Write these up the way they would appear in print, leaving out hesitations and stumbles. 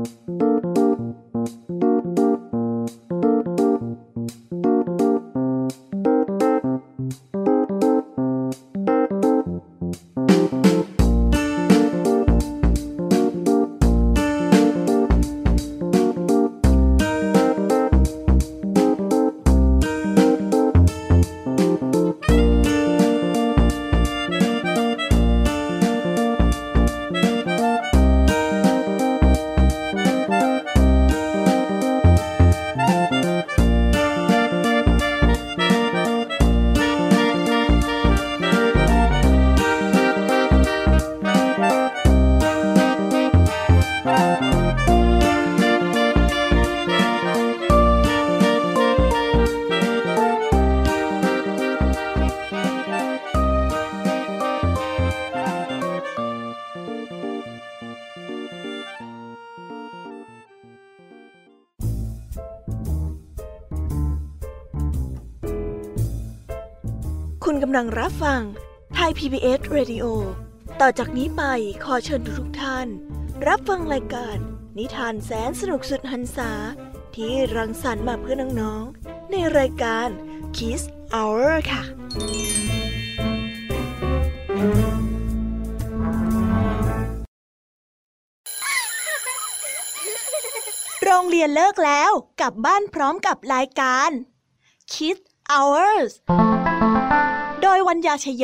คุณกำลังรับฟังไทย PBS Radio ต่อจากนี้ไปขอเชิญทุกท่านรับฟังรายการนิทานแสนสนุกสุดหรรษาที่รังสรรค์มาเพื่อน้องๆในรายการ Kids Hour ค่ะโรงเรียนเลิกแล้วกลับบ้านพร้อมกับรายการ Kids Hoursโดยวัญญาชโย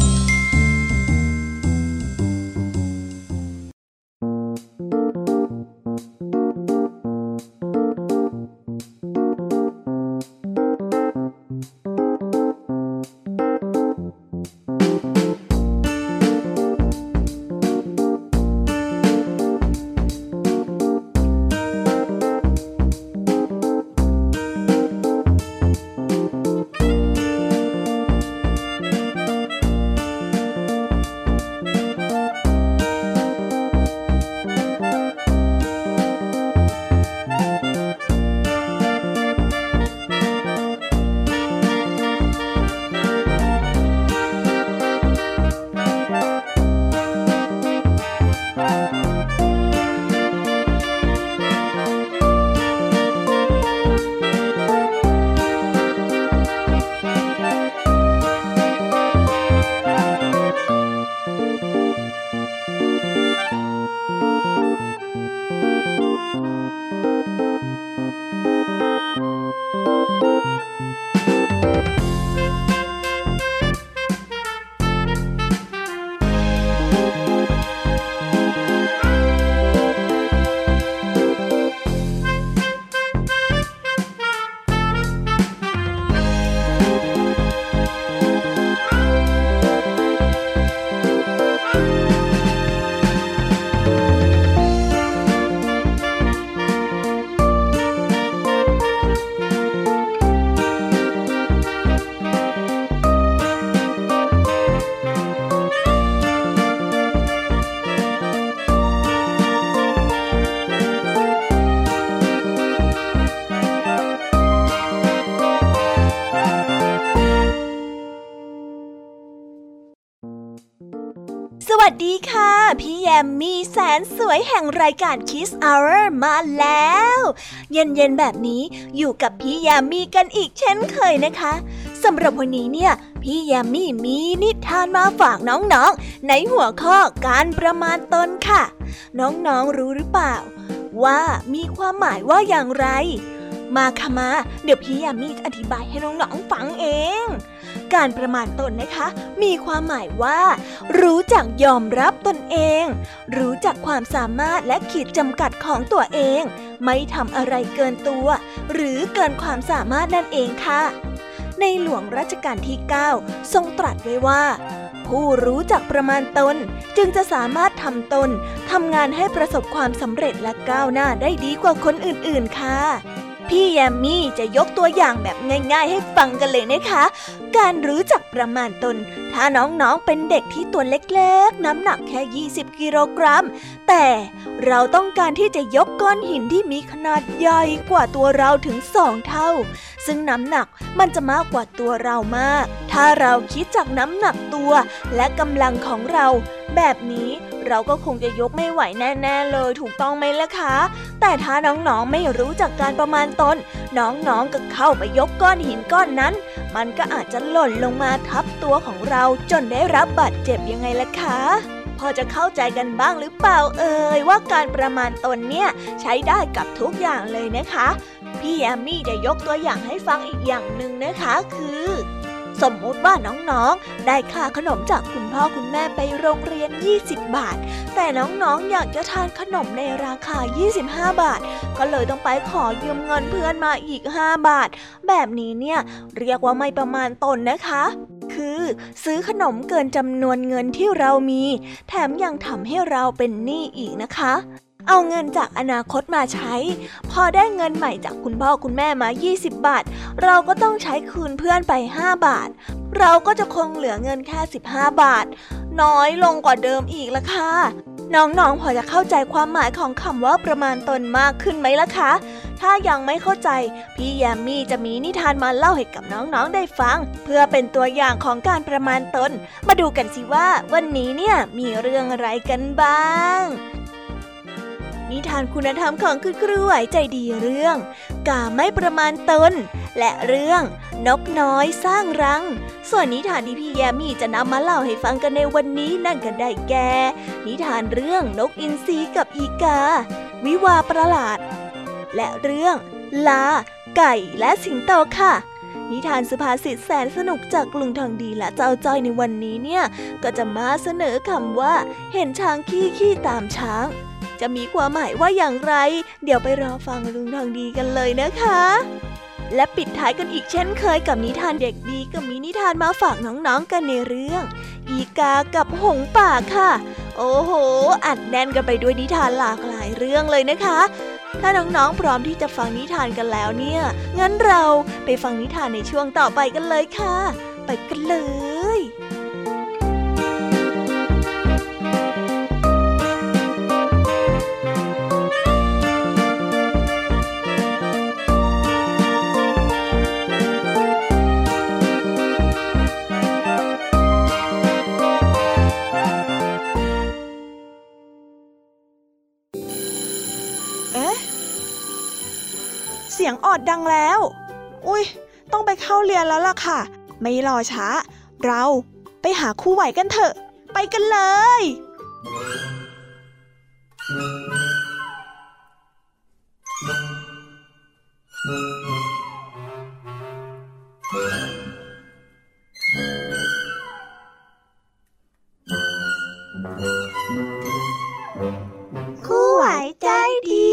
สวัสดีค่ะพี่แยมมี่แสนสวยแห่งรายการ Kids Hour มาแล้วเย็นๆแบบนี้อยู่กับพี่แยมมี่กันอีกเช่นเคยนะคะสำหรับวันนี้เนี่ยพี่แยมมี่มีนิทานมาฝากน้องๆในหัวข้อการประมาณตนค่ะน้องๆรู้หรือเปล่าว่ามีความหมายว่าอย่างไรมาค่ะมาเดี๋ยวพี่แยมมี่จะอธิบายให้น้องๆฟังเองการประมาณตนนะคะมีความหมายว่ารู้จักยอมรับตนเองรู้จักความสามารถและขีดจำกัดของตัวเองไม่ทำอะไรเกินตัวหรือเกินความสามารถนั่นเองค่ะในหลวงรัชกาลที่ 9 ทรงตรัสไว้ว่าผู้รู้จักประมาณตนจึงจะสามารถทำตนทำงานให้ประสบความสำเร็จและก้าวหน้าได้ดีกว่าคนอื่นๆค่ะพี่แยมมี่จะยกตัวอย่างแบบง่ายๆให้ฟังกันเลยนะคะการรู้จักประมาณตนถ้าน้องๆเป็นเด็กที่ตัวเล็กๆน้ำหนักแค่20กิโลกรัมแต่เราต้องการที่จะยกก้อนหินที่มีขนาดใหญ่กว่าตัวเราถึง2เท่าซึ่งน้ำหนักมันจะมากกว่าตัวเรามากถ้าเราคิดจากน้ำหนักตัวและกำลังของเราแบบนี้เราก็คงจะยกไม่ไหวแน่ๆเลยถูกต้องไหมล่ะคะแต่ถ้าน้องๆไม่รู้จักการประมาณตนน้องๆก็เข้าไปยกก้อนหินก้อนนั้นมันก็อาจจะหล่นลงมาทับตัวของเราจนได้รับบาดเจ็บยังไงล่ะคะพอจะเข้าใจกันบ้างหรือเปล่าว่าการประมาณตนเนี่ยใช้ได้กับทุกอย่างเลยนะคะพี่แอมมี่จะยกตัวอย่างให้ฟังอีกอย่างหนึ่งนะคะคือสมมุติว่าน้องๆได้ค่าขนมจากคุณพ่อคุณแม่ไปโรงเรียน20 บาทแต่น้องๆอยากจะทานขนมในราคา25 บาทก็เลยต้องไปขอยืมเงินเพื่อนมาอีก5 บาทแบบนี้เนี่ยเรียกว่าไม่ประมาณตนนะคะคือซื้อขนมเกินจำนวนเงินที่เรามีแถมยังทำให้เราเป็นหนี้อีกนะคะเอาเงินจากอนาคตมาใช้พอได้เงินใหม่จากคุณพ่อคุณแม่มา20 บาทเราก็ต้องใช้คืนเพื่อนไป5 บาทเราก็จะคงเหลือเงินแค่15 บาทน้อยลงกว่าเดิมอีกละค่ะน้องๆพอจะเข้าใจความหมายของคำว่าประมาณตนมากขึ้นไหมล่ะคะถ้ายังไม่เข้าใจพี่แยมมี่จะมีนิทานมาเล่าให้กับน้องๆได้ฟังเพื่อเป็นตัวอย่างของการประมาณตนมาดูกันสิว่าวันนี้เนี่ยมีเรื่องอะไรกันบ้างนิทานคุณธรรมของคุณครูไหวใจดีเรื่องกาไม่ประมาณตนและเรื่องนกน้อยสร้างรังส่วนนิทานที่พี่แยมมี่จะนำมาเล่าให้ฟังกันในวันนี้นั่นก็ได้แก่นิทานเรื่องนกอินทรีกับอีกาวิวาห์ประหลาดและเรื่องลาไก่และสิงโตค่ะนิทานสุภาษิตแสนสนุกจากลุงทองดีและเจ้าจ้อยในวันนี้เนี่ยก็จะมาเสนอคำว่าเห็นช้างขี้ตามช้างจะมีความหมายว่าอย่างไรเดี๋ยวไปรอฟังลุงทองดีกันเลยนะคะและปิดท้ายกันอีกเช่นเคยกับนิทานเด็กดีก็มีนิทานมาฝากน้องๆกันในเรื่องอีกากับหงส์ป่าค่ะโอ้โหอัดแน่นกันไปด้วยนิทานหลากหลายเรื่องเลยนะคะถ้าน้องๆพร้อมที่จะฟังนิทานกันแล้วเนี่ยงั้นเราไปฟังนิทานในช่วงต่อไปกันเลยค่ะไปกันเลยเสียงออดดังแล้วอุ๊ยต้องไปเข้าเรียนแล้วล่ะค่ะไม่รอช้าเราไปหาครูไหวกันเถอะไปกันเลยครูไหวใจดี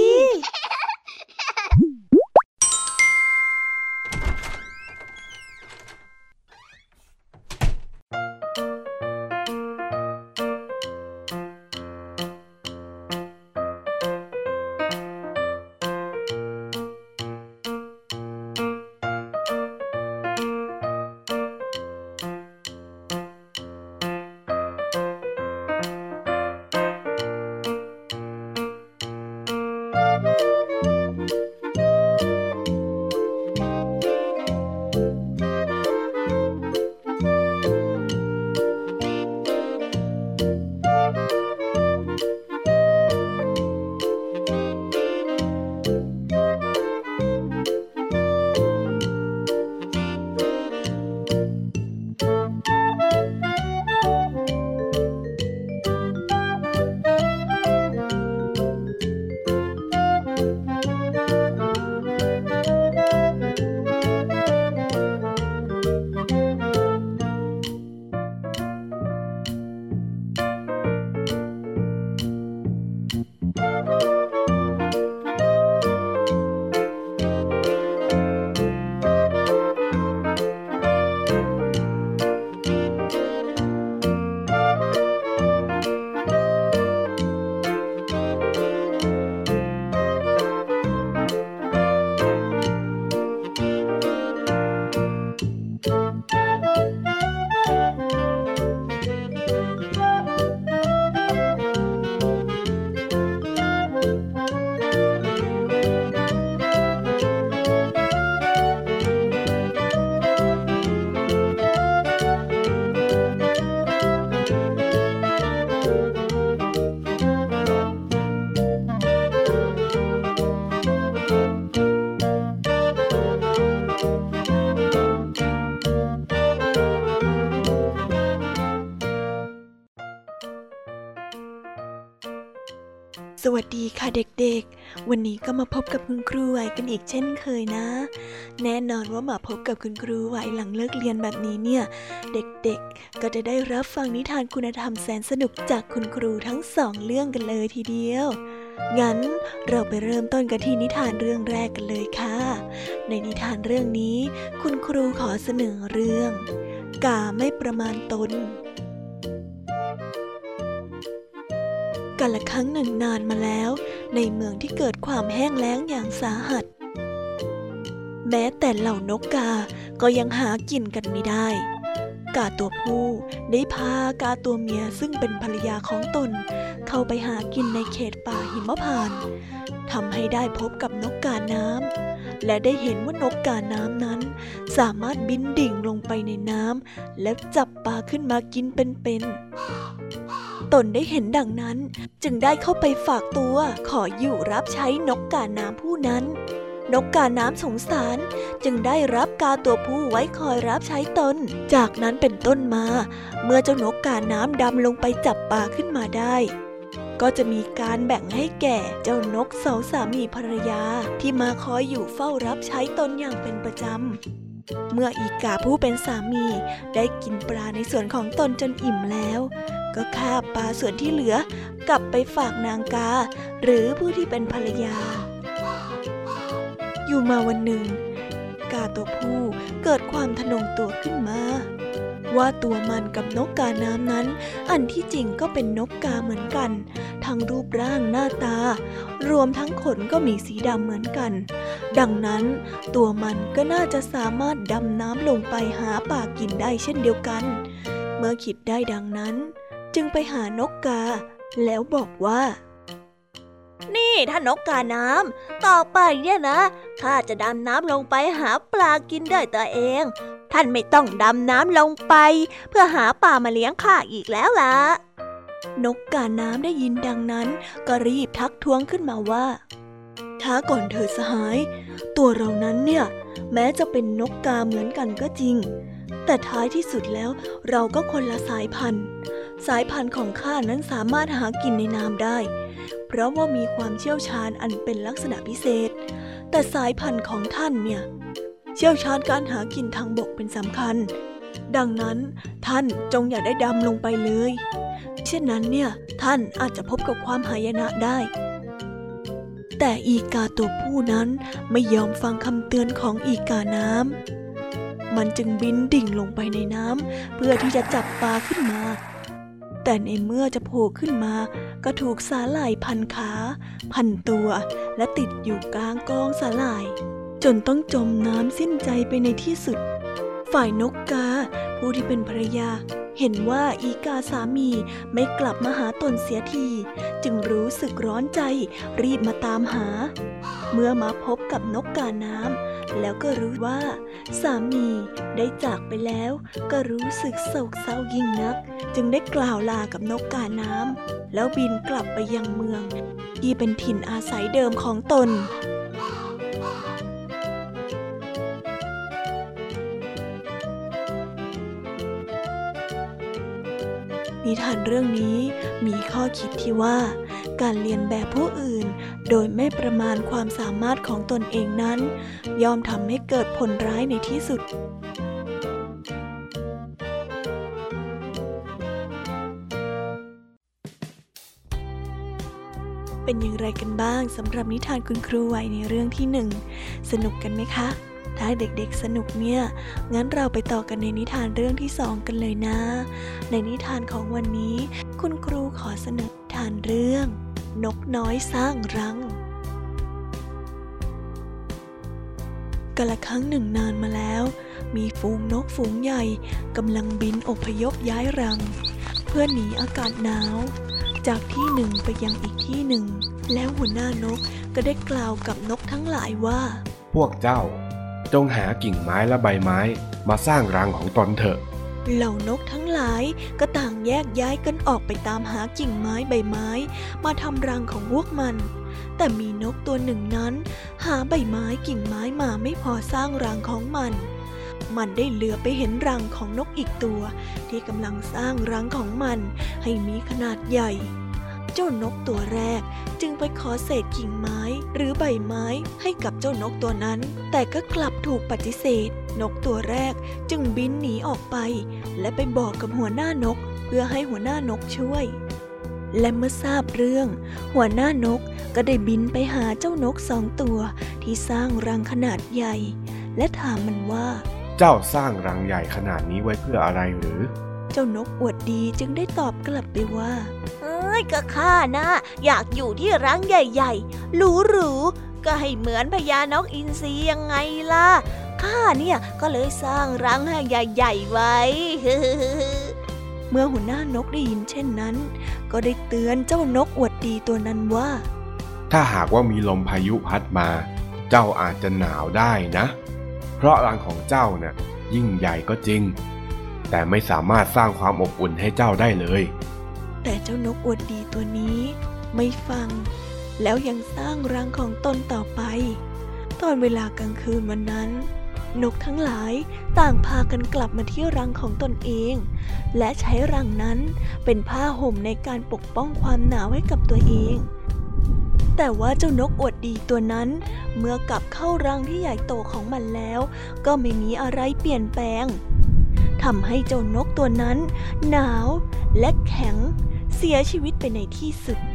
ดีค่ะเด็กๆวันนี้ก็มาพบกับคุณครูไหวกันอีกเช่นเคยนะแน่นอนว่ามาพบกับคุณครูไหวหลังเลิกเรียนแบบนี้เนี่ยเด็กๆก็จะได้รับฟังนิทานคุณธรรมแสนสนุกจากคุณครูทั้ง2เรื่องกันเลยทีเดียวงั้นเราไปเริ่มต้นกันที่นิทานเรื่องแรกกันเลยค่ะในนิทานเรื่องนี้คุณครูขอเสนอเรื่องกาไม่ประมาณตนกาลครั้งหนึ่งนานมาแล้วในเมืองที่เกิดความแห้งแล้งอย่างสาหัสแม้แต่เหล่านกกาก็ยังหากินกันไม่ได้กาตัวผู้ได้พากาตัวเมียซึ่งเป็นภรรยาของตนเข้าไปหากินในเขตป่าหิมพานต์ทำให้ได้พบกับนกกาน้ำและได้เห็นว่านกกาน้ำนั้นสามารถบินดิ่งลงไปในน้ำและจับปลาขึ้นมากินเป็นๆตนได้เห็นดังนั้นจึงได้เข้าไปฝากตัวขออยู่รับใช้นกกาน้ำผู้นั้นนกกาน้ำสงสารจึงได้รับกาตัวผู้ไว้คอยรับใช้ตนจากนั้นเป็นต้นมาเมื่อเจ้านกกาน้ำดำลงไปจับปลาขึ้นมาได้ก็จะมีการแบ่งให้แก่เจ้านกสองสามีภรรยาที่มาคอยอยู่เฝ้ารับใช้ตนอย่างเป็นประจำเมื่ออีกาผู้เป็นสามีได้กินปลาในส่วนของตนจนอิ่มแล้วก็คาบปลาส่วนที่เหลือกลับไปฝากนางกาหรือผู้ที่เป็นภรรยาอยู่มาวันหนึ่งกาตัวผู้เกิดความทะนงตัวขึ้นมาว่าตัวมันกับนกกาน้ำนั้นอันที่จริงก็เป็นนกกาเหมือนกันทั้งรูปร่างหน้าตารวมทั้งขนก็มีสีดำเหมือนกันดังนั้นตัวมันก็น่าจะสามารถดำน้ำลงไปหาปลากินได้เช่นเดียวกันเมื่อคิดได้ดังนั้นจึงไปหานกกาแล้วบอกว่านี่ท่านนกกาน้ำต่อไปเนี่ยนะข้าจะดำน้ำลงไปหาปลากินด้วยตัวเองท่านไม่ต้องดำน้ำลงไปเพื่อหาปลามาเลี้ยงข้าอีกแล้วล่ะนกกาน้ำได้ยินดังนั้นก็รีบทักท้วงขึ้นมาว่าช้าก่อนเถิดสหายตัวเรานั้นเนี่ยแม้จะเป็นนกกาเหมือนกันก็จริงแต่ท้ายที่สุดแล้วเราก็คนละสายพันธุ์ของข้านั้นสามารถหากินในน้ำได้เพราะว่ามีความเชี่ยวชาญอันเป็นลักษณะพิเศษแต่สายพันธุ์ของท่านเนี่ยเชี่ยวชาญการหากินทางบกเป็นสำคัญดังนั้นท่านจงอย่าได้ดำลงไปเลยเช่นนั้นเนี่ยท่านอาจจะพบกับความหายนะได้แต่อีกาตัวผู้นั้นไม่ยอมฟังคำเตือนของอีกาน้ำมันจึงบินดิ่งลงไปในน้ำเพื่อที่จะจับปลาขึ้นมาแต่ในเมื่อจะโผล่ขึ้นมาก็ถูกสาหร่ายพันขาพันตัวและติดอยู่กลางกองสาหร่ายจนต้องจมน้ำสิ้นใจไปในที่สุดฝ่ายนกกาผู้ที่เป็นภรรยาเห็นว่าอีกาสามีไม่กลับมาหาตนเสียทีจึงรู้สึกร้อนใจรีบมาตามหาเมื่อมาพบกับนกกาน้ำแล้วก็รู้ว่าสามีได้จากไปแล้วก็รู้สึกโศกเศร้ายิ่งนักจึงได้กล่าวลากับนกกาน้ำแล้วบินกลับไปยังเมืองที่เป็นถิ่นอาศัยเดิมของตนนิทานเรื่องนี้มีข้อคิดที่ว่าการเลียนแบบผู้อื่นโดยไม่ประมาณความสามารถของตนเองนั้นย่อมทำให้เกิดผลร้ายในที่สุดเป็นอย่างไรกันบ้างสำหรับนิทานคุณครูไหวในเรื่องที่1สนุกกันไหมคะถ้าเด็กๆสนุกเนี่ยงั้นเราไปต่อกันในนิทานเรื่องที่2กันเลยนะในนิทานของวันนี้คุณครูขอเสนอนิทานเรื่องนกน้อยสร้างรังกาลครั้งหนึ่งนานมาแล้วมีฝูงนกฝูงใหญ่กำลังบินอพยพย้ายรังเพื่อหนีอากาศหนาวจากที่หนึ่งไปยังอีกที่หนึ่งแล้วหัวหน้านกก็ได้กล่าวกับนกทั้งหลายว่าพวกเจ้าจงหากิ่งไม้และใบไม้มาสร้างรังของตนเถอะเหล่านกทั้งหลายก็ต่างแยกย้ายกันออกไปตามหากิ่งไม้ใบไม้มาทำรังของพวกมันแต่มีนกตัวหนึ่งนั้นหาใบไม้กิ่งไม้มาไม่พอสร้างรังของมันได้เหลือไปเห็นรังของนกอีกตัวที่กำลังสร้างรังของมันให้มีขนาดใหญ่เจ้านกตัวแรกจึงไปขอเศษกิ่งไม้หรือใบไม้ให้กับเจ้านกตัวนั้นแต่ก็กลับถูกปฏิเสธนกตัวแรกจึงบินหนีออกไปและไปบอกกับหัวหน้านกเพื่อให้หัวหน้านกช่วยและเมื่อทราบเรื่องหัวหน้านกก็ได้บินไปหาเจ้านก2 ตัวที่สร้างรังขนาดใหญ่และถามมันว่าเจ้าสร้างรังใหญ่ขนาดนี้ไว้เพื่ออะไรหรือเจ้านกอวดดีจึงได้ตอบกลับไปว่าก็ข้านะอยากอยู่ที่รังใหญ่ๆหรูๆก็ให้เหมือนพญานกอินทรียังไงล่ะข้าเนี่ยก็เลยสร้างรังให้ใหญ่ๆไว้เมื่อหัวหน้านกได้ยินเช่นนั้นก็ได้เตือนเจ้านกอวดดีตัวนั้นว่าถ้าหากว่ามีลมพายุพัดมาเจ้าอาจจะหนาวได้นะเพราะรังของเจ้าน่ะยิ่งใหญ่ก็จริงแต่ไม่สามารถสร้างความอบอุ่นให้เจ้าได้เลยแต่เจ้านกอวดดีตัวนี้ไม่ฟังแล้วยังสร้างรังของตนต่อไปตอนเวลากลางคืนวันนั้นนกทั้งหลายต่างพากันกลับมาที่รังของตนเองและใช้รังนั้นเป็นผ้าห่มในการปกป้องความหนาวให้กับตัวเองแต่ว่าเจ้านกอวดดีตัวนั้นเมื่อกลับเข้ารังที่ใหญ่โตของมันแล้วก็ไม่มีอะไรเปลี่ยนแปลงทำให้เจ้านกตัวนั้นหนาวและแข็งเสียชีวิตไปในที่สุด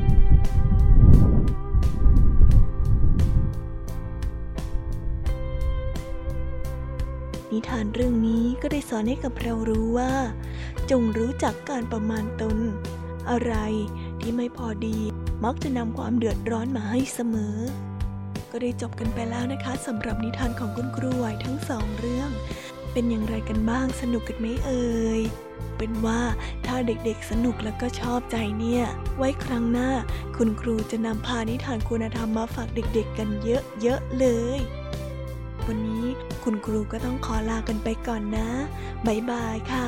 นิทานเรื่องนี้ก็ได้สอนให้กับเรารู้ว่าจงรู้จักการประมาณตนอะไรที่ไม่พอดีมักจะนำความเดือดร้อนมาให้เสมอก็ได้จบกันไปแล้วนะคะสำหรับนิทานของคุณครูไหวทั้ง2 เรื่องเป็นอย่างไรกันบ้างสนุกกันไหมเอ่ยเป็นว่าถ้าเด็กๆสนุกแล้วก็ชอบใจเนี่ยไว้ครั้งหน้าคุณครูจะนำพานิทานคุณธรรมมาฝากเด็กๆกันเยอะๆเลยวันนี้คุณครูก็ต้องขอลากันไปก่อนนะบ๊ายบายค่ะ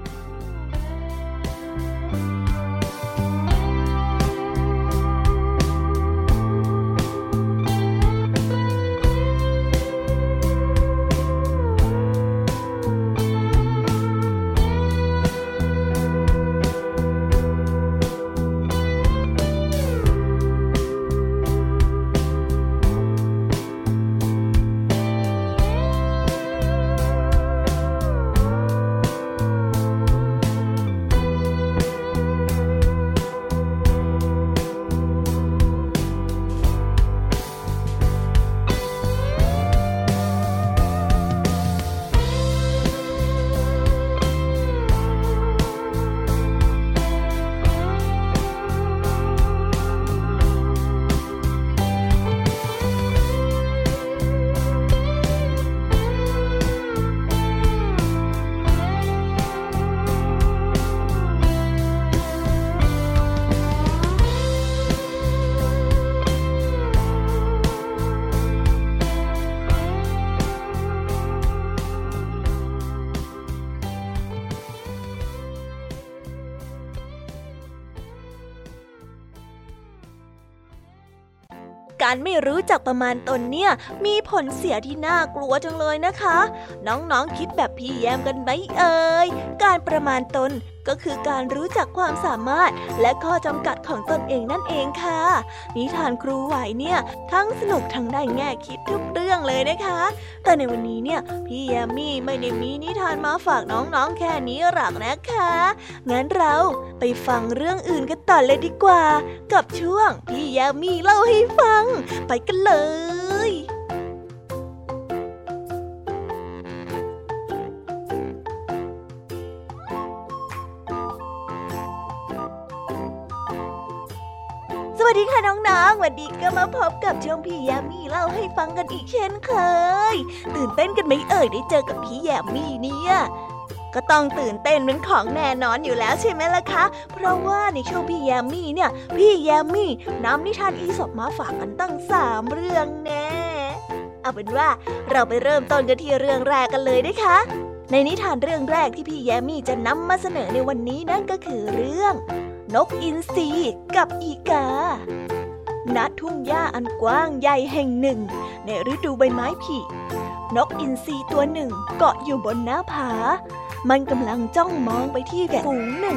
การไม่รู้จักประมาณตนเนี่ยมีผลเสียที่น่ากลัวจังเลยนะคะน้องๆคิดแบบพี่แยมกันไหมเอ่ยการประมาณตนก็คือการรู้จักความสามารถและข้อจำกัดของตนเองนั่นเองค่ะนิทานครูไหวเนี่ยทั้งสนุกทั้งได้แง่คิดทุกเรื่องเลยนะคะแต่ในวันนี้เนี่ยพี่แยมมี่ไม่ได้มีนิทานมาฝากน้องๆแค่นี้หรอกนะคะงั้นเราไปฟังเรื่องอื่นกันต่อเลยดีกว่ากับช่วงพี่แยมมี่เล่าให้ฟังไปกันเลยสวัสดีค่ะน้องๆวันนี้ก็มาพบกับช่วงพี่แยมมี่เล่าให้ฟังกันอีกเช่นเคยตื่นเต้นกันไหมเอ่ยได้เจอกับพี่แยมมี่เนี่ยก็ต้องตื่นเต้นเป็นของแน่นอนอยู่แล้วใช่ไหมล่ะคะเพราะว่าในช่วงพี่แยมมี่เนี่ยพี่แยมมี่นำนิทานอีสปมาฝากกันตั้ง3 เรื่องแน่เอาเป็นว่าเราไปเริ่มต้นกันที่เรื่องแรกกันเลยนะคะในนิทานเรื่องแรกที่พี่แยมมี่จะนำมาเสนอในวันนี้นั่นก็คือเรื่องนกอินทรีกับอีกาณทุ่งหญ้าอันกว้างใหญ่แห่งหนึ่งในฤดูใบไม้ผลินกอินทรีตัวหนึ่งเกาะอยู่บนหน้าผามันกำลังจ้องมองไปที่ฝูงหนึ่ง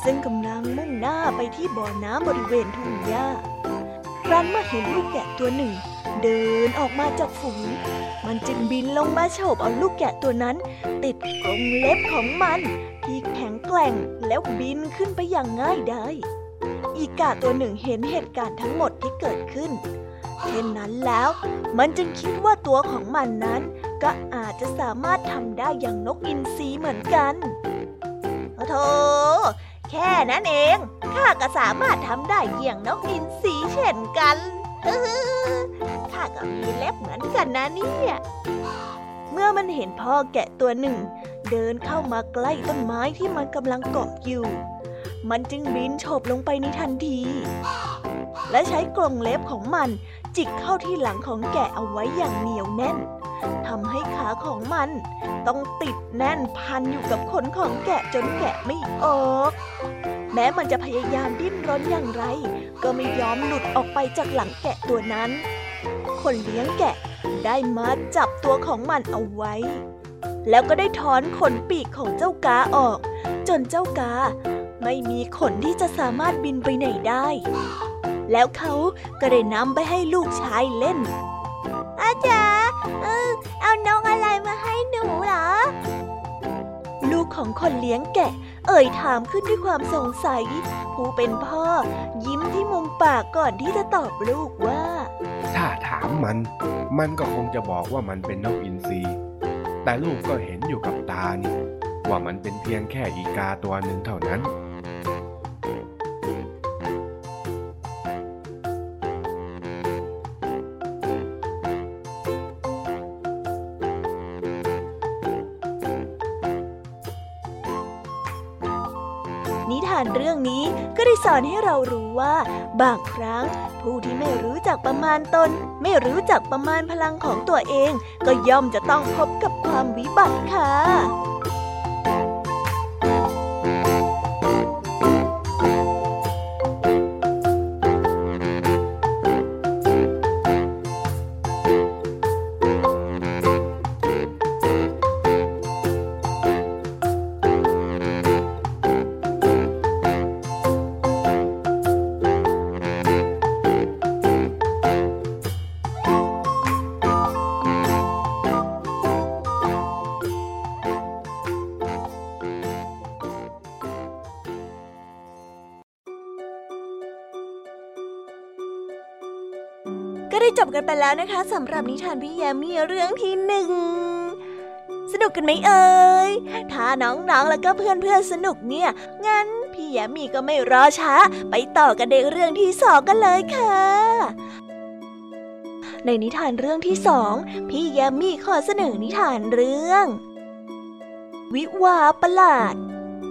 ซึ่งกำลังมุ่งหน้าไปที่บ่อน้ำบริเวณทุ่งหญ้าครั้นเมื่อเห็นลูกแกะตัวหนึ่งเดินออกมาจากฝูงมันจึงบินลงมาโฉบเอาลูกแกะตัวนั้นติดกรงเล็บของมันที่แข็งแกร่งแล้วบินขึ้นไปอย่างง่ายดายอีกาตัวหนึ่งเห็นเหตุการณ์ทั้งหมดที่เกิดขึ้นเช่นนั้นแล้วมันจึงคิดว่าตัวของมันนั้นก็อาจจะสามารถทำได้อย่างนกอินทรีเหมือนกันโธ่แค่นั้นเองข้าก็สามารถทำได้อย่างนกอินทรีเช่นกันข้าก็มีเล็บเหมือนกันนะเนี่ยเมื่อมันเห็นพ่อแกะตัวหนึ่งเดินเข้ามาใกล้ต้นไม้ที่มันกำลังเกาะอยู่มันจึงบินโฉบลงไปในทันทีและใช้กรงเล็บของมันจิกเข้าที่หลังของแกะเอาไว้อย่างเหนียวแน่นทำให้ขาของมันต้องติดแน่นพันอยู่กับขนของแกะจนแกะไม่ออกแม้มันจะพยายามดิ้นรนอย่างไรก็ไม่ยอมหลุดออกไปจากหลังแกะตัวนั้นคนเลี้ยงแกะได้มาจับตัวของมันเอาไว้แล้วก็ได้ถอนขนปีกของเจ้ากาออกจนเจ้ากาไม่มีขนที่จะสามารถบินไปไหนได้แล้วเขาก็ได้นำไปให้ลูกชายเล่นอาจารย์เอานกอะไรมาให้หนูเหรอลูกของคนเลี้ยงแกะเอ่ยถามขึ้นด้วยความสงสัยผู้เป็นพ่อยิ้มที่มุมปากก่อนที่จะตอบลูกว่าถ้าถามมันก็คงจะบอกว่ามันเป็นนกอินทรีแต่ลูกก็เห็นอยู่กับตานี่ว่ามันเป็นเพียงแค่อีกาตัวหนึ่งเท่านั้นนิทานเรื่องนี้ก็ได้สอนให้เรารู้ว่าบางครั้งผู้ที่ไม่รู้จักประมาณตนไม่รู้จักประมาณพลังของตัวเองก็ย่อมจะต้องพบกับความวิบัติค่ะก็ได้จบกันไปแล้วนะคะสำหรับนิทานพี่แยมมี่เรื่องที่1สนุกกันไหมเอ่ยถ้าน้องๆแล้วก็เพื่อนๆสนุกเนี่ยงั้นพี่แยมมี่ก็ไม่รอช้าไปต่อกันในเรื่องที่2กันเลยค่ะในนิทานเรื่องที่2พี่แยมมี่ขอเสนอนิทานเรื่องวิวาห์ประหลาด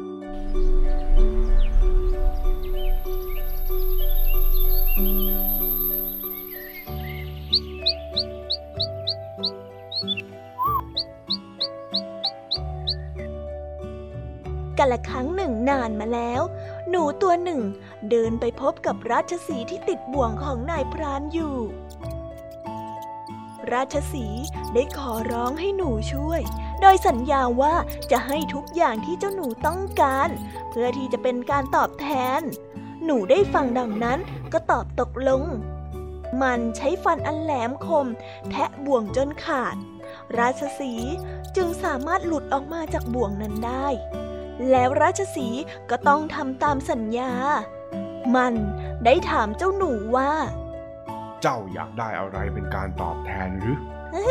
กาลครั้งหนึ่งนานมาแล้วหนูตัวหนึ่งเดินไปพบกับราชสีห์ที่ติดบ่วงของนายพรานอยู่ราชสีห์ได้ขอร้องให้หนูช่วยโดยสัญญาว่าจะให้ทุกอย่างที่เจ้าหนูต้องการเพื่อที่จะเป็นการตอบแทนหนูได้ฟังดังนั้นก็ตอบตกลงมันใช้ฟันอันแหลมคมแทะบ่วงจนขาดราชสีห์จึงสามารถหลุดออกมาจากบ่วงนั้นได้แล้วราชสีห์ก็ต้องทำตามสัญญามันได้ถามเจ้าหนูว่าเจ้าอยากได้อะไรเป็นการตอบแทนหรือ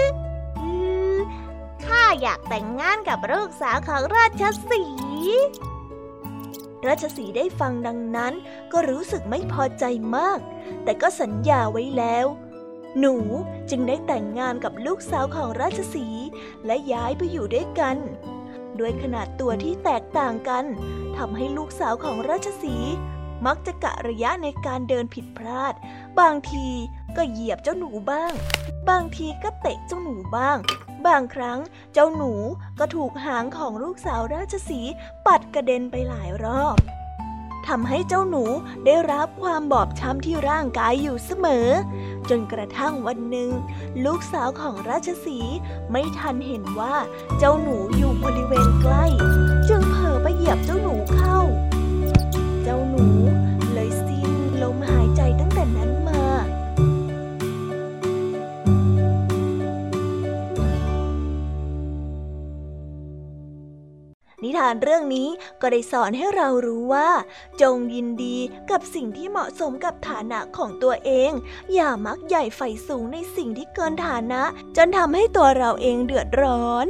ข้าอยากแต่งงานกับลูกสาวของราชสีห์ราชสีห์ได้ฟังดังนั้นก็รู้สึกไม่พอใจมากแต่ก็สัญญาไว้แล้วหนูจึงได้แต่งงานกับลูกสาวของราชสีห์และย้ายไปอยู่ด้วยกันด้วยขนาดตัวที่แตกต่างกันทำให้ลูกสาวของราชสีห์มักจะกะระยะในการเดินผิดพลาดบางทีก็เหยียบเจ้าหนูบ้างบางทีก็เตะเจ้าหนูบ้างบางครั้งเจ้าหนูก็ถูกหางของลูกสาวราชสีห์ปัดกระเด็นไปหลายรอบทำให้เจ้าหนูได้รับความบอบช้ำที่ร่างกายอยู่เสมอจนกระทั่งวันหนึ่งลูกสาวของราชสีห์ไม่ทันเห็นว่าเจ้าหนูอยู่บริเวณใกล้จึงเผลอไปเหยียบเจ้าหนูเข้าเจ้าหนูเลยสิ้นลมหายใจตั้งแต่นั้นมานิทานเรื่องนี้ก็ได้สอนให้เรารู้ว่าจงยินดีกับสิ่งที่เหมาะสมกับฐานะของตัวเองอย่ามักใหญ่ใฝ่สูงในสิ่งที่เกินฐานะจนทำให้ตัวเราเองเดือดร้อน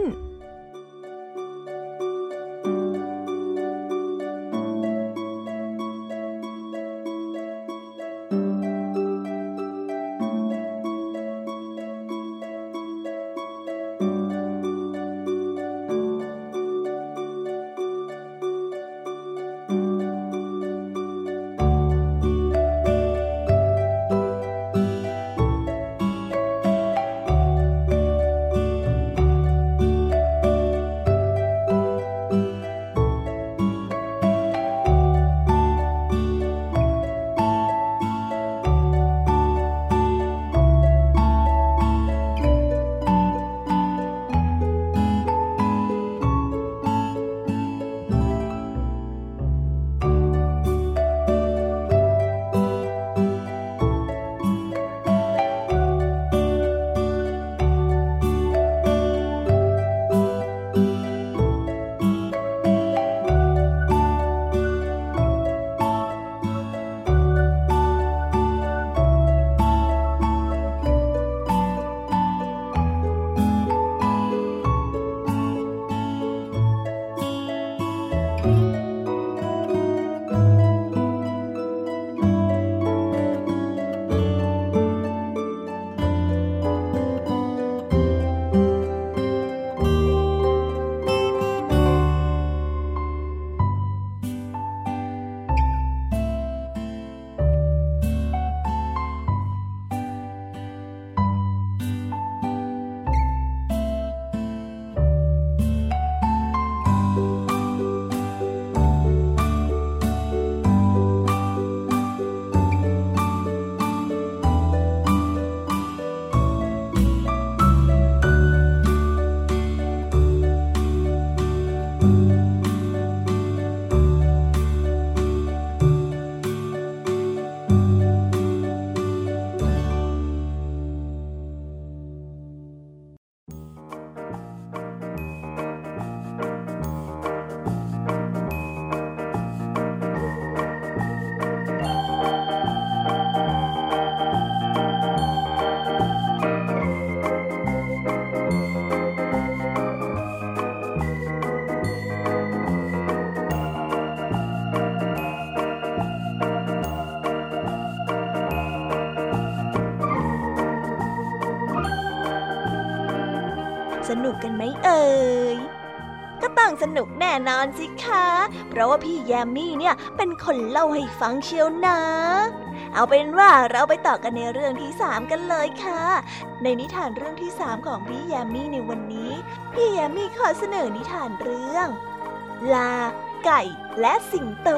สนุกกันไหมเอ่ยก็ต้องสนุกแน่นอนสิคะเพราะว่าพี่แยมมี่เนี่ยเป็นคนเล่าให้ฟังเชียวนะเอาเป็นว่าเราไปต่อกันในเรื่องที่3กันเลยค่ะในนิทานเรื่องที่3ของพี่แยมมี่ในวันนี้พี่แยมมี่ขอเสนอนิทานเรื่องลาไก่และสิงโต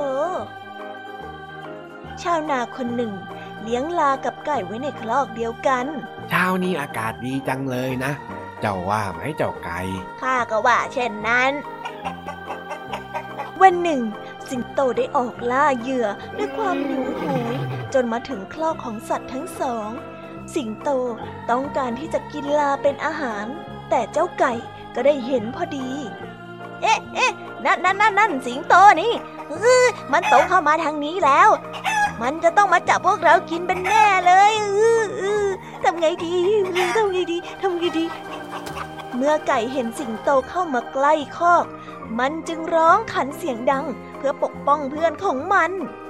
ชาวนาคนหนึ่งเลี้ยงลากับไก่ไว้ในคลอกเดียวกันเช้านี้อากาศดีจังเลยนะเจ้าว่าไหมเจ้าไก่ข้าก็ว่าเช่นนั้นวันหนึ่งสิงโตได้ออกล่าเหยื่อด้วยความหิวโหยจนมาถึงคลอกของสัตว์ทั้งสองสิงโตต้องการที่จะกินลาเป็นอาหารแต่เจ้าไก่ก็ได้เห็นพอดีเอ๊ะนั่นสิงโตนี่มันตรงเข้ามาทางนี้แล้วมันจะต้องมาจับพวกเรากินเป็นแน่เลยทำไงดีเมื่อไก่เห็นสิงโตเข้ามาใกล้คอกมันจึงร้องขันเสียงดังเพื่อปกป้องเพื่อนของมัน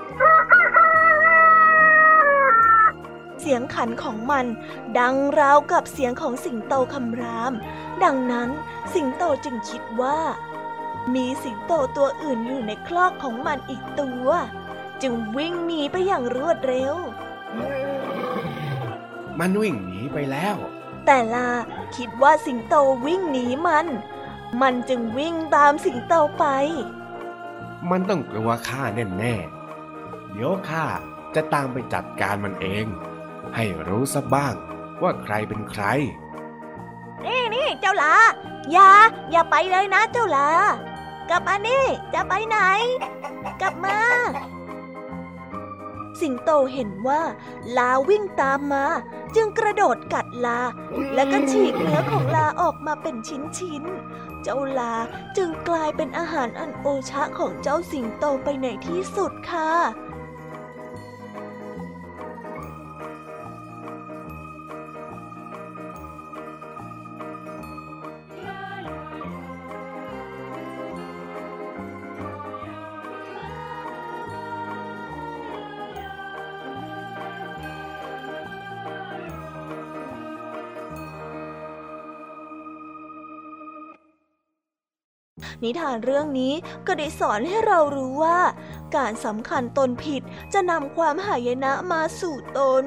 เสียงขันของมันดังราวกับเสียงของสิงโตคำรามดังนั้นสิงโตจึงคิดว่ามีสิงโตตัวอื่นอยู่ในคลอกของมันอีกตัวจึงวิ่งหนีไปอย่างรวดเร็วมันวิ่งหนีไปแล้วแต่ลาคิดว่าสิงโตวิ่งหนีมันจึงวิ่งตามสิงโตไปมันต้องกลัวข้าแน่ๆเดี๋ยวข้าจะตามไปจัดการมันเองให้รู้ซะบ้างว่าใครเป็นใครนี่เจ้าลาอย่าไปเลยนะเจ้าลากลับมานี่จะไปไหนกลับมาสิงโตเห็นว่าลาวิ่งตามมาจึงกระโดดกัดลาและก็ฉีกเนื้อของลาออกมาเป็นชิ้นๆเจ้าลาจึงกลายเป็นอาหารอันโอชะของเจ้าสิงโตไปในที่สุดค่ะนิทานเรื่องนี้ก็ได้สอนให้เรารู้ว่าการสำคัญตนผิดจะนำความหายนะมาสู่ตน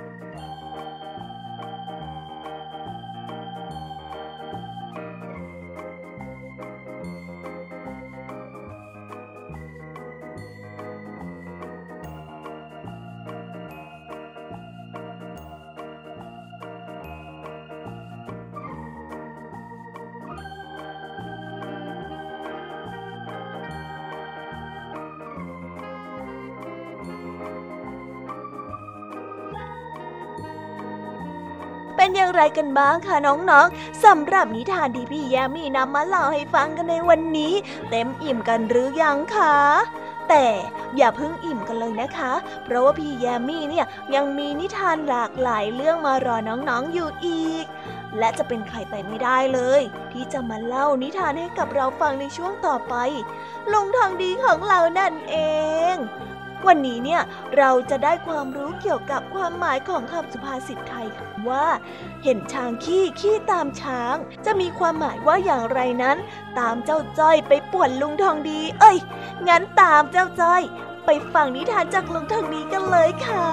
เป็นอย่างไรกันบ้างคะน้องๆสำหรับนิทานที่พี่ยามีนำมาเล่าให้ฟังกันในวันนี้เต็มอิ่มกันหรือยังคะแต่อย่าเพิ่งอิ่มกันเลยนะคะเพราะว่าพี่ยามีเนี่ยยังมีนิทานหลากหลายเรื่องมารอน้องๆอยู่อีกและจะเป็นใครไปไม่ได้เลยที่จะมาเล่านิทานให้กับเราฟังในช่วงต่อไปลุงทองดีของเรานั่นเองวันนี้เนี่ยเราจะได้ความรู้เกี่ยวกับความหมายของคำสุภาษิตไทยว่าเห็นช้างขี้ตามช้างจะมีความหมายว่าอย่างไรนั้นตามเจ้าจ้อยไปป่วนลุงทองดีงั้นตามเจ้าจ้อยไปฟังนิทานจากลุงทองดีกันเลยค่ะ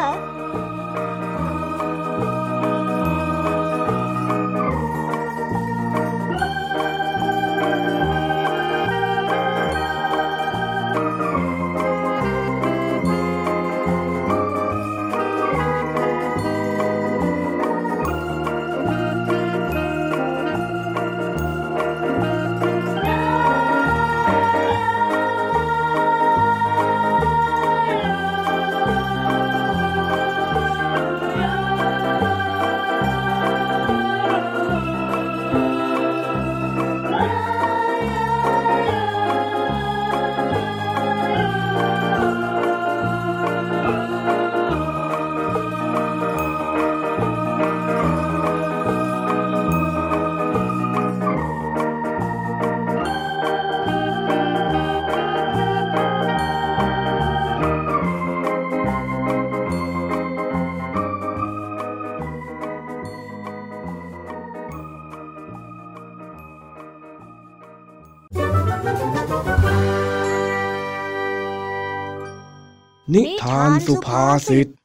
นิทานสุภาษิต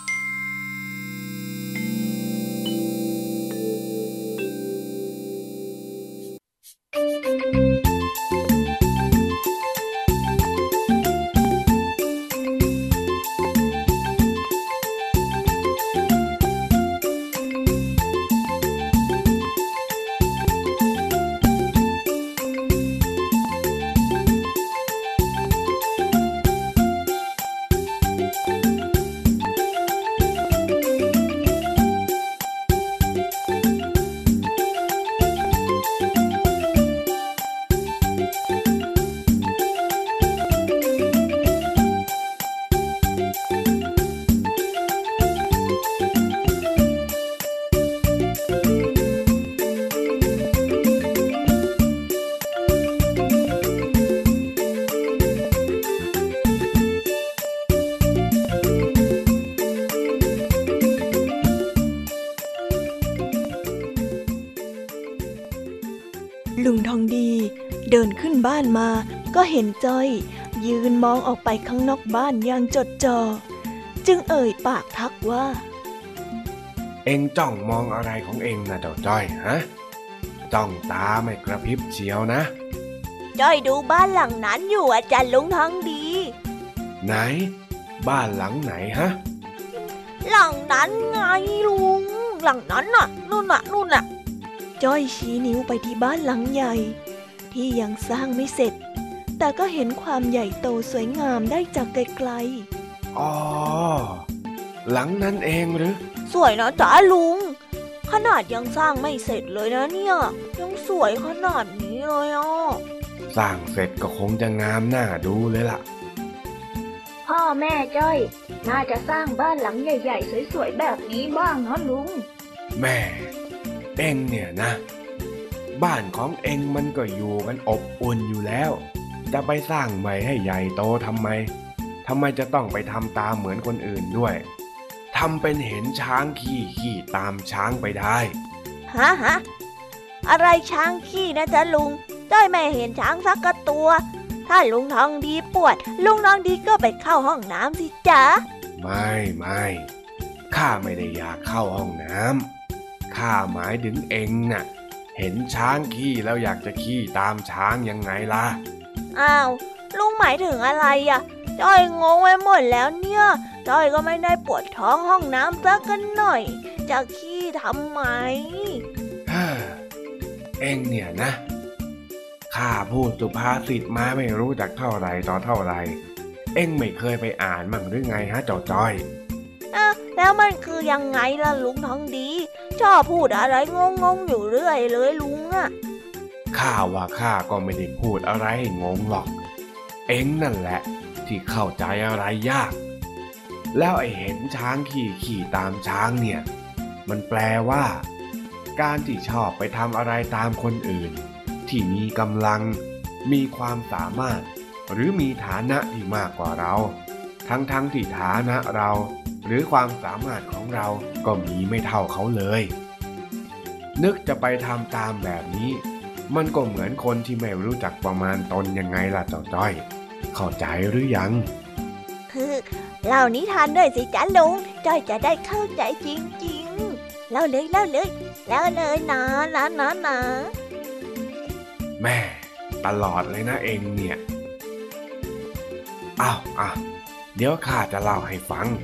ลุงทองดีเดินขึ้นบ้านมาก็เห็นจ้อยยืนมองออกไปข้างนอกบ้านอย่างจดจ่อจึงเอ่ยปากทักว่าเอ็งจ้องมองอะไรของเอ็งนะเจ้าจ้อยฮะจ้องตาไม่กระพริบเชียวนะจ้อยดูบ้านหลังนั้นอยู่อาจารย์ลุงทองดีไหนบ้านหลังไหนฮะหลังนั้นไงลุงหลังนั้นน่ะนู่นน่ะจ้อยชี้นิ้วไปที่บ้านหลังใหญ่ที่ยังสร้างไม่เสร็จแต่ก็เห็นความใหญ่โตสวยงามได้จากไกลออ๋อหลังนั้นเองหรือสวยนะจ๊ะลุงขนาดยังสร้างไม่เสร็จเลยนะเนี่ยยังสวยขนาดนี้เลยอ่ะสร้างเสร็จก็คงจะงามน่าดูเลยล่ะพ่อแม่จ้อยน่าจะสร้างบ้านหลังใหญ่ๆสวยๆแบบนี้บ้างนะลุงแม่เอ็งเนี่ยนะบ้านของเอ็งมันก็อยู่กันอบอุ่นอยู่แล้วจะไปสร้างใหม่ให้ใหญ่โตทำไมจะต้องไปทำตามเหมือนคนอื่นด้วยทำเป็นเห็นช้างขี่ตามช้างไปได้ฮะอะไรช้างขี่นะจ๊ะลุงจ้อยไม่เห็นช้างสักกระตัวถ้าลุงทองดีปวดลุงทองดีก็ไปเข้าห้องน้ำสิจ๊ะไม่ข้าไม่ได้อยากเข้าห้องน้ำข้าหมายถึงเอ็งน่ะเห็นช้างขี่แล้วอยากจะขี่ตามช้างยังไงล่ะอ้าวลุงหมายถึงอะไรอ่ะจ้อยงงไปหมดแล้วเนี่ยจ้อยก็ไม่ได้ปวดท้องห้องน้ำสักกันหน่อยจะขี้ทำไมเอ็งเนี่ยนะข้าพูดสุภาษิตมาไม่รู้จักเท่าไรต่อเท่าไรเอ็งไม่เคยไปอ่านมั่งหรือไงฮะเจ้าจ้อยแล้วมันคือยังไงล่ะลุงทองดีชอบพูดอะไรงงอยู่เรื่อยเลยลุงอ่ะข้าว่าข้าก็ไม่ได้พูดอะไรให้งงหรอกเอ็งนั่นแหละที่เข้าใจอะไรยากแล้วไอ้เห็นช้างขี่ตามช้างเนี่ยมันแปลว่าการที่ชอบไปทำอะไรตามคนอื่นที่มีกำลังมีความสามารถหรือมีฐานะที่มากกว่าเราทั้งที่ฐานะเราหรือความสามารถของเราก็มีไม่เท่าเขาเลยนึกจะไปทำตามแบบนี้มันก็เหมือนคนที่ไม่รู้จักประมาณตนยังไงล่ะเจ้าจ้อยเข้าใจหรือยังเล่านิทานด้วยสิจ๊ะลุงจ้อยจะได้เข้าใจจริงๆเล่าเลยนะแม่ตลอดเลยนะเองเนี่ยอ้าวเดี๋ยวข้าจะเล่าให้ฟัง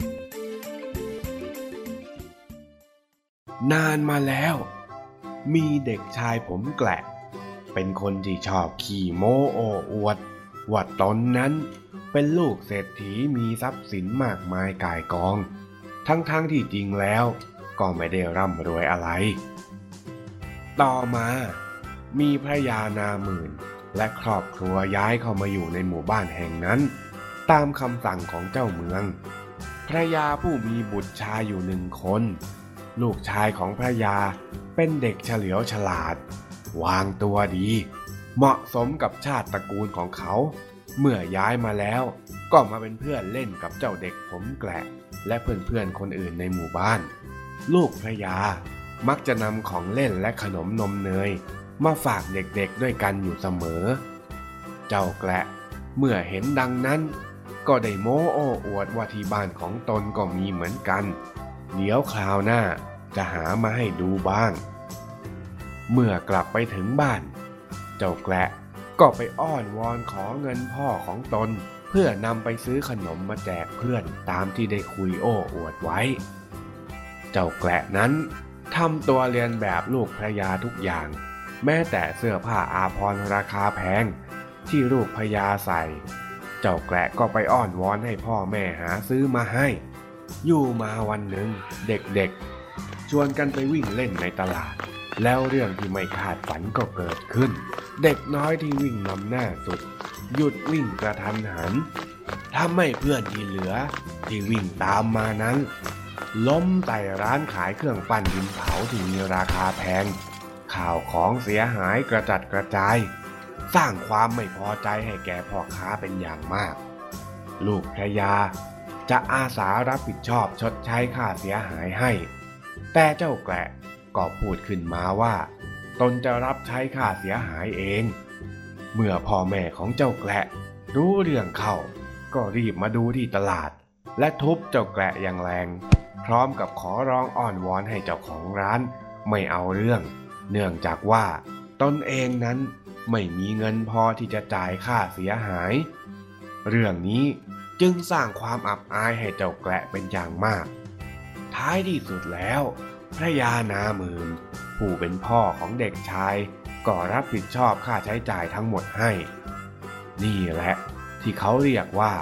นานมาแล้วมีเด็กชายผมแกละเป็นคนที่ชอบขี้โม้โอ้อวดว่าตนนั้นเป็นลูกเศรษฐีมีทรัพย์สินมากมายก่ายกองทั้งที่จริงแล้วก็ไม่ได้ร่ำรวยอะไรต่อมามีพระยานาหมื่นและครอบครัวย้ายเข้ามาอยู่ในหมู่บ้านแห่งนั้นตามคำสั่งของเจ้าเมืองพระยาผู้มีบุตรชายอยู่1 คนลูกชายของพระยาเป็นเด็กเฉลียวฉลาดวางตัวดีเหมาะสมกับชาติตระกูลของเขาเมื่อย้ายมาแล้วก็มาเป็นเพื่อนเล่นกับเจ้าเด็กผมแกละและเพื่อนๆคนอื่นในหมู่บ้านลูกพระยามักจะนำของเล่นและขนมนมเนยมาฝากเด็กๆด้วยกันอยู่เสมอเจ้าแกละเมื่อเห็นดังนั้นก็ได้โม้โอ้อวดว่าที่บ้านของตนก็มีเหมือนกันเดี๋ยวคราวหน้าจะหามาให้ดูบ้างเมื่อกลับไปถึงบ้านเจ้าแกละก็ไปอ้อนวอนขอเงินพ่อของตนเพื่อนำไปซื้อขนมมาแจกเพื่อนตามที่ได้คุยโอ้อวดไว้เจ้าแกละนั้นทำตัวเรียนแบบลูกพระยาทุกอย่างแม้แต่เสื้อผ้าอาภรณ์ราคาแพงที่ลูกพระยาใส่เจ้าแกละก็ไปอ้อนวอนให้พ่อแม่หาซื้อมาให้อยู่มาวันหนึ่งเด็กๆชวนกันไปวิ่งเล่นในตลาดแล้วเรื่องที่ไม่คาดฝันก็เกิดขึ้นเด็กน้อยที่วิ่งนำหน้าสุดหยุดวิ่งกระทันหันทำให้เพื่อนที่เหลือที่วิ่งตามมานั้นล้มใส่ร้านขายเครื่องปั้นดินเผาที่มีราคาแพงข่าวของเสียหายกระจัดกระจายสร้างความไม่พอใจให้แก่พ่อค้าเป็นอย่างมากลูกพระยาจะอาสารับผิดชอบชดใช้ค่าเสียหายให้แต่เจ้าแกละก็พูดขึ้นมาว่าตนจะรับใช้ค่าเสียหายเองเมื่อพ่อแม่ของเจ้าแกละรู้เรื่องเข้าก็รีบมาดูที่ตลาดและทุบเจ้าแกละอย่างแรงพร้อมกับขอร้องอ้อนวอนให้เจ้าของร้านไม่เอาเรื่องเนื่องจากว่าตนเองนั้นไม่มีเงินพอที่จะจ่ายค่าเสียหายเรื่องนี้จึงสร้างความอับอายให้เจ้าแกละเป็นอย่างมากท้ายที่สุดแล้วพระยานาหมื่นผู้เป็นพ่อของเด็กชายก็รับผิดชอบค่าใช้จ่ายทั้งหมดให้นี่แหละที่เขาเรียกว่า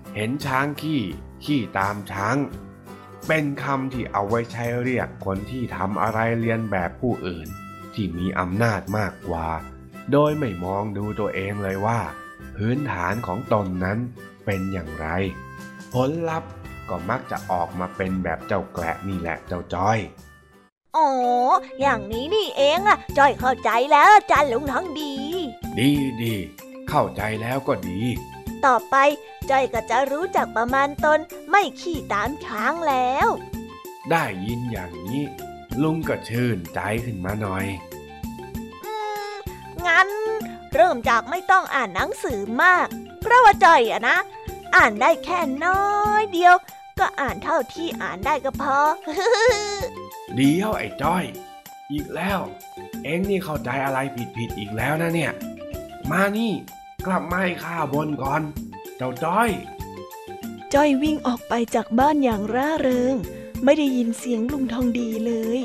เห็นช้างขี้ตามช้างเป็นคำที่เอาไว้ใช้เรียกคนที่ทำอะไรเลียนแบบผู้อื่นที่มีอำนาจมากกว่าโดยไม่มองดูตัวเองเลยว่าพื้นฐานของตนนั้นเป็นอย่างไรผลลัพธ์ก็มักจะออกมาเป็นแบบเจ้าแกละนี่แหละเจ้าจ้อยอ๋ออย่างนี้นี่เองอะจ้อยเข้าใจแล้วอาจารย์ลุงทองดีดีเข้าใจแล้วก็ดีต่อไปจ้อยก็จะรู้จักประมาณตนไม่ขี่ตามช้างแล้วได้ยินอย่างนี้ลุงก็ชื่นใจขึ้นมาหน่อยงั้นเริ่มจากไม่ต้องอ่านหนังสือมากเพราะว่าจ้อยอะนะอ่านได้แค่น้อยเดียวก็อ่านเท่าที่อ่านได้ก็พอเดี๋ยวไอ้จ้อยอีกแล้วเอ็งนี่เข้าใจอะไรผิดอีกแล้วนะเนี่ยมานี่กลับมาให้ข้าบ่นก่อนเจ้าจ้อยจ้อยวิ่งออกไปจากบ้านอย่างร่าเริงไม่ได้ยินเสียงลุงทองดีเลย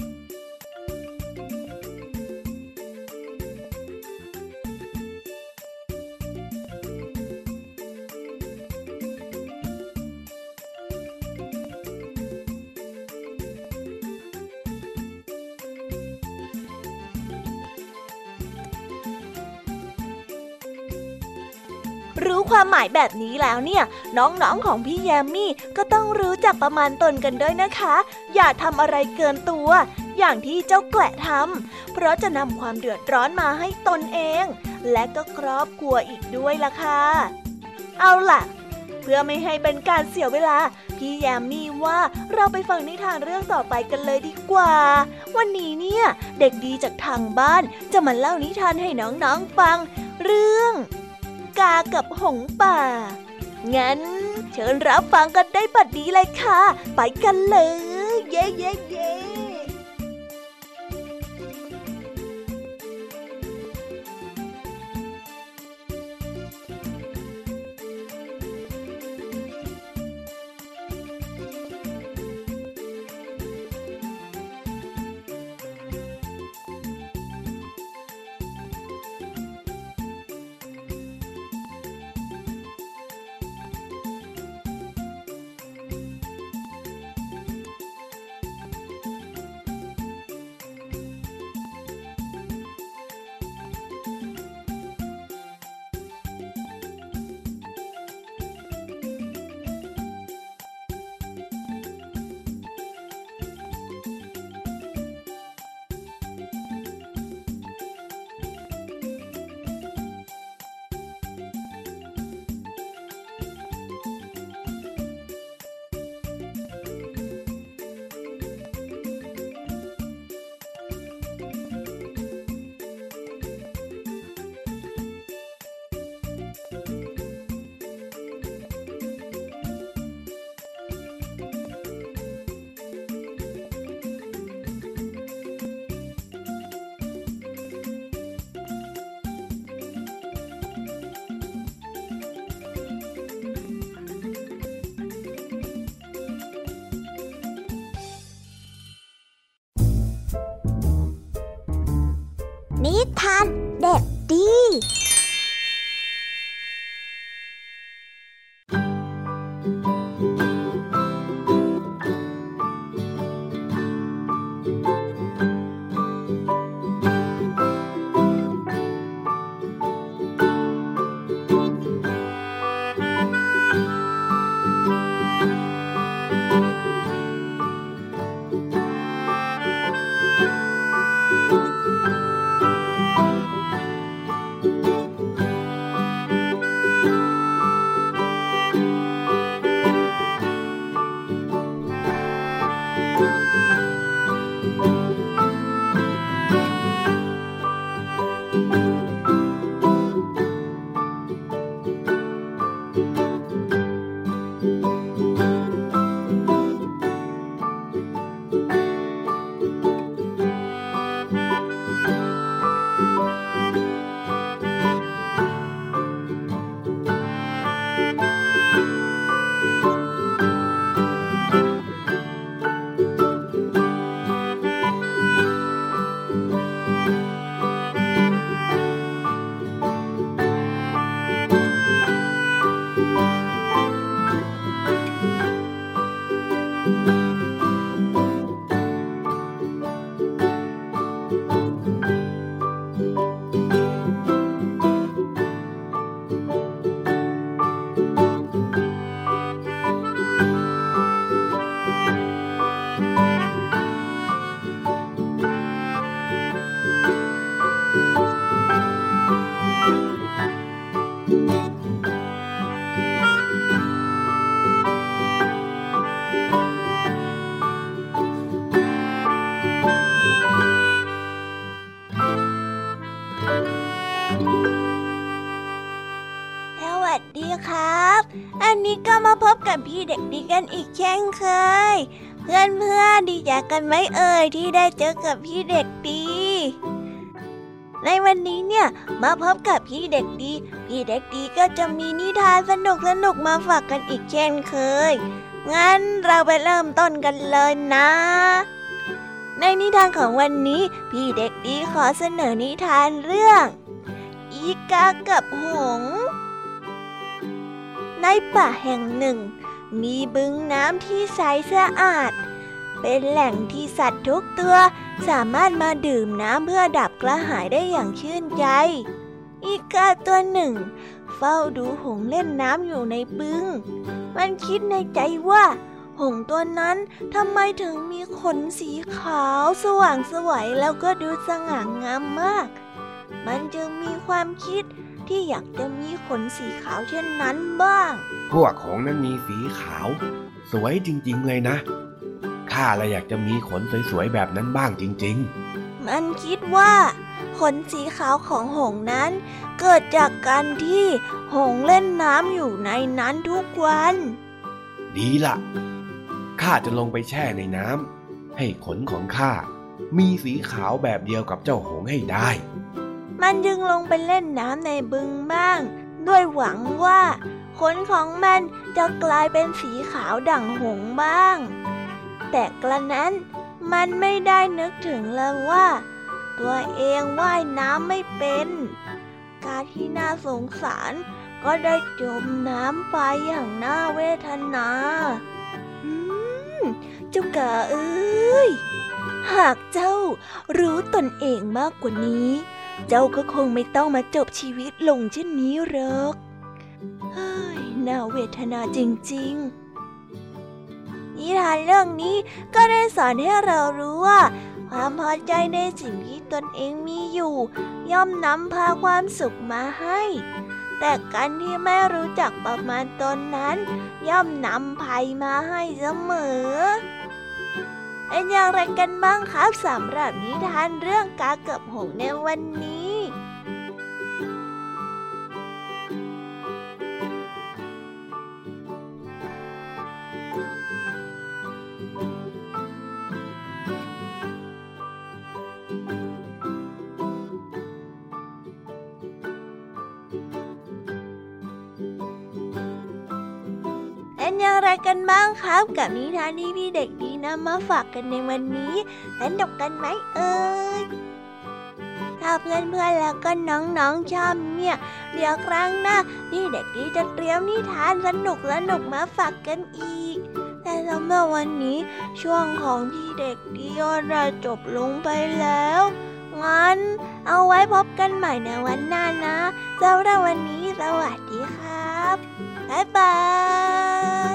รู้ความหมายแบบนี้แล้วเนี่ยน้องๆของพี่แยมมี่ก็ต้องรู้จักประมาณตนกันด้วยนะคะอย่าทำอะไรเกินตัวอย่างที่เจ้าแกละทำเพราะจะนำความเดือดร้อนมาให้ตนเองและก็ครอบครัวอีกด้วยล่ะค่ะเอาล่ะเพื่อไม่ให้เป็นการเสียเวลาพี่แยมมี่ว่าเราไปฟังนิทานเรื่องต่อไปกันเลยดีกว่าวันนี้เนี่ยเด็กดีจากทางบ้านจะมาเล่านิทานให้น้องๆฟังเรื่องกากับหงส์ป่างั้นเชิญรับฟังกันได้บัดนี้เลยค่ะไปกันเลยเย้เย้เย้นิทานเด็กดีวันนี้ก็มาพบกับพี่เด็กดีกันอีกเช่นเคยเพื่อนดีใจกันไหมเอ่ยที่ได้เจอกับพี่เด็กดีในวันนี้เนี่ยมาพบกับพี่เด็กดีก็จะมีนิทานสนุกมาฝากกันอีกเช่นเคยงั้นเราไปเริ่มต้นกันเลยนะในนิทานของวันนี้พี่เด็กดีขอเสนอนิทานเรื่องอีกากับหงส์ในป่าแห่งหนึ่งมีบึงน้ำที่ใสสะอาดเป็นแหล่งที่สัตว์ทุกตัวสามารถมาดื่มน้ำเพื่อดับกระหายได้อย่างชื่นใจอีกาตัวหนึ่งเฝ้าดูหงส์เล่นน้ำอยู่ในบึงมันคิดในใจว่าหงส์ตัวนั้นทำไมถึงมีขนสีขาวสว่างไสวแล้วก็ดูสง่างามมากมันจึงมีความคิดที่อยากจะมีขนสีขาวเช่นนั้นบ้างพวกหงส์นั้นมีสีขาวสวยจริงๆเลยนะข้าเลยอยากจะมีขนสวยๆแบบนั้นบ้างจริงๆมันคิดว่าขนสีขาวของหงส์นั้นเกิดจากการที่หงส์เล่นน้ำอยู่ในนั้นทุกวันดีล่ะข้าจะลงไปแช่ในน้ำให้ขนของข้ามีสีขาวแบบเดียวกับเจ้าหงส์ให้ได้มันจึงลงไปเล่นน้ำในบึงบ้างด้วยหวังว่าขนของมันจะกลายเป็นสีขาวดั่งหงส์บ้างแต่กระนั้นมันไม่ได้นึกถึงเลยว่าตัวเองว่ายน้ำไม่เป็นการที่น่าสงสารก็ได้จมน้ำไปอย่างน่าเวทนาเจ้ากาเอ้ยหากเจ้ารู้ตนเองมากกว่านี้เจ้าก็คงไม่ต้องมาจบชีวิตลงเช่นนี้หรอกเฮ้ยน่าเวทนาจริงๆนิทานเรื่องนี้ก็ได้สอนให้เรารู้ว่าความพอใจในสิ่งที่ตนเองมีอยู่ย่อมนำพาความสุขมาให้แต่การที่ไม่รู้จักประมาณตนนั้นย่อมนำภัยมาให้เสมอเป็นอย่างไรกันบ้างครับสำหรับนิทานเรื่องกากับหงส์ในวันนี้เป็นอย่างไรกันบ้างครับกับนิทานที่พี่เด็กดีนำมาฝากกันในวันนี้สนุกกันไหมเอ่ยถ้าเพื่อนๆแล้วก็น้องๆชอบเนี่ยเดี๋ยวครั้งหน้าพี่เด็กดีจะเตรียมนิทานสนุกมาฝากกันอีกแต่สำหรับวันนี้ช่วงของพี่เด็กดีก็ได้จบลงไปแล้วงั้นเอาไว้พบกันใหม่ในวันหน้านะสำหรับวันนี้สวัสดีครับบ๊ายบาย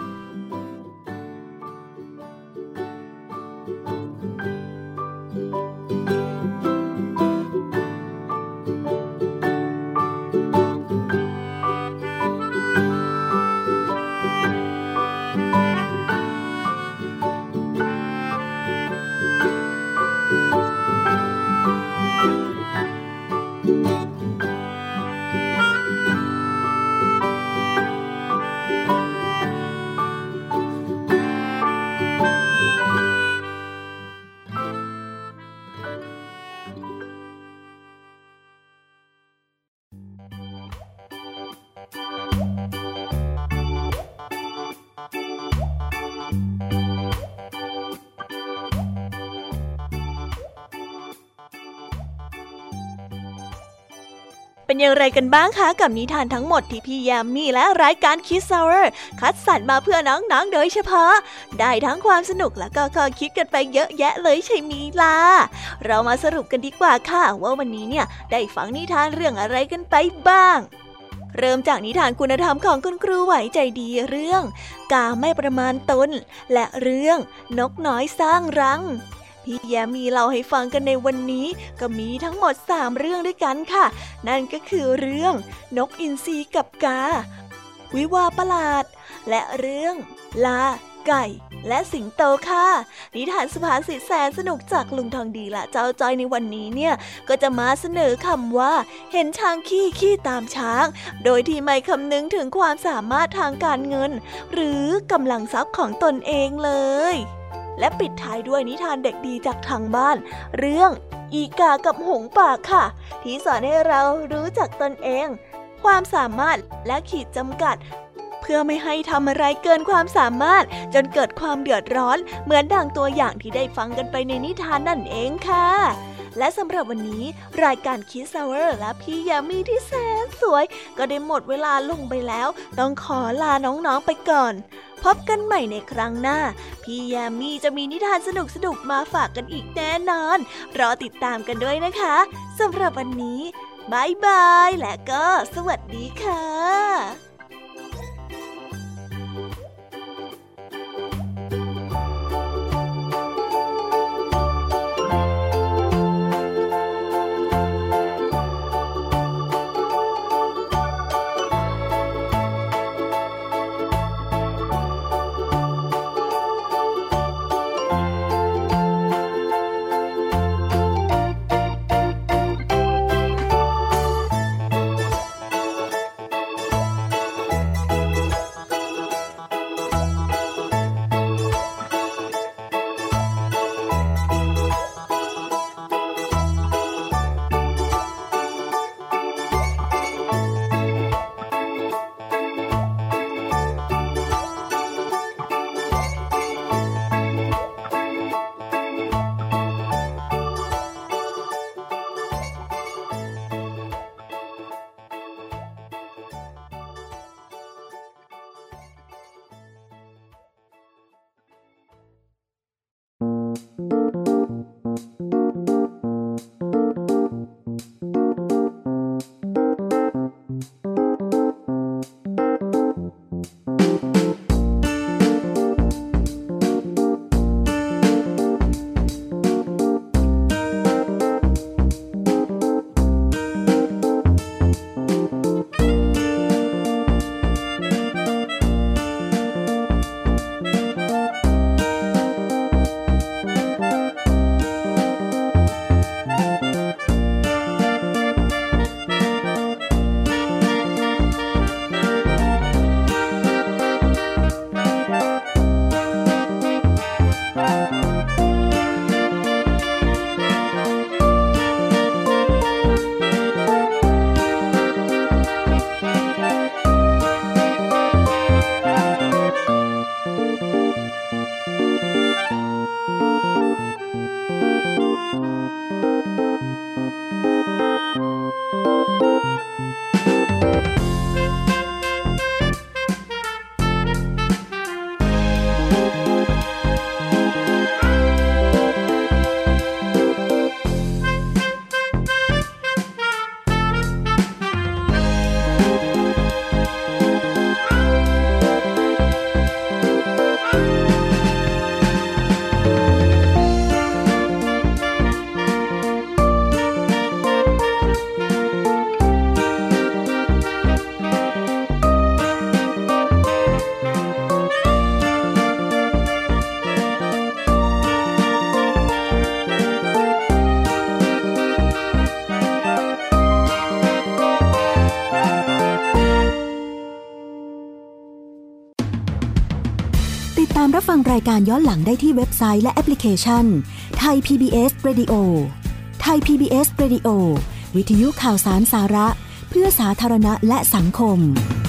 เป็นอย่างไรกันบ้างคะกับนิทานทั้งหมดที่พี่ยามีและรายการ Kids Hour คัดสรรมาเพื่อน้องๆโดยเฉพาะได้ทั้งความสนุกและก็ข้อคิดกันไปเยอะแยะเลยใช่มั้ยล่ะเรามาสรุปกันดีกว่าค่ะว่าวันนี้เนี่ยได้ฟังนิทานเรื่องอะไรกันไปบ้างเริ่มจากนิทานคุณธรรมของคุณครูไหวใจดีเรื่องกาไม่ประมาณตนและเรื่องนกน้อยสร้างรังพี่แยมมีเล่าให้ฟังกันในวันนี้ก็มีทั้งหมด3เรื่องด้วยกันค่ะนั่นก็คือเรื่องนกอินทรีกับกาวิวาห์ประหลาดและเรื่องลาไก่และสิงโตค่ะนิทานสุภาษิตแสนสนุกจากลุงทองดีและเจ้าจ้อยในวันนี้เนี่ยก็จะมาเสนอคำว่าเห็นช้างขี้ตามช้างโดยที่ไม่คำนึงถึงความสามารถทางการเงินหรือกำลังทรัพย์ของตนเองเลยและปิดท้ายด้วยนิทานเด็กดีจากทางบ้านเรื่องอีกากับหงส์ป่าค่ะที่สอนให้เรารู้จักตนเองความสามารถและขีดจำกัดเพื่อไม่ให้ทำอะไรเกินความสามารถจนเกิดความเดือดร้อนเหมือนดังตัวอย่างที่ได้ฟังกันไปในนิทานนั่นเองค่ะและสำหรับวันนี้รายการ Kids Hour และพี่ยามีที่แสนสวยก็ได้หมดเวลาลงไปแล้วต้องขอลาน้องๆไปก่อนพบกันใหม่ในครั้งหน้าพี่ยามีจะมีนิทานสนุกๆมาฝากกันอีกแน่นอนรอติดตามกันด้วยนะคะสำหรับวันนี้บายบายและก็สวัสดีค่ะรับฟังรายการย้อนหลังได้ที่เว็บไซต์และแอปพลิเคชัน Thai PBS Radio Thai PBS Radio วิทยุข่าวสารสาระเพื่อสาธารณะและสังคม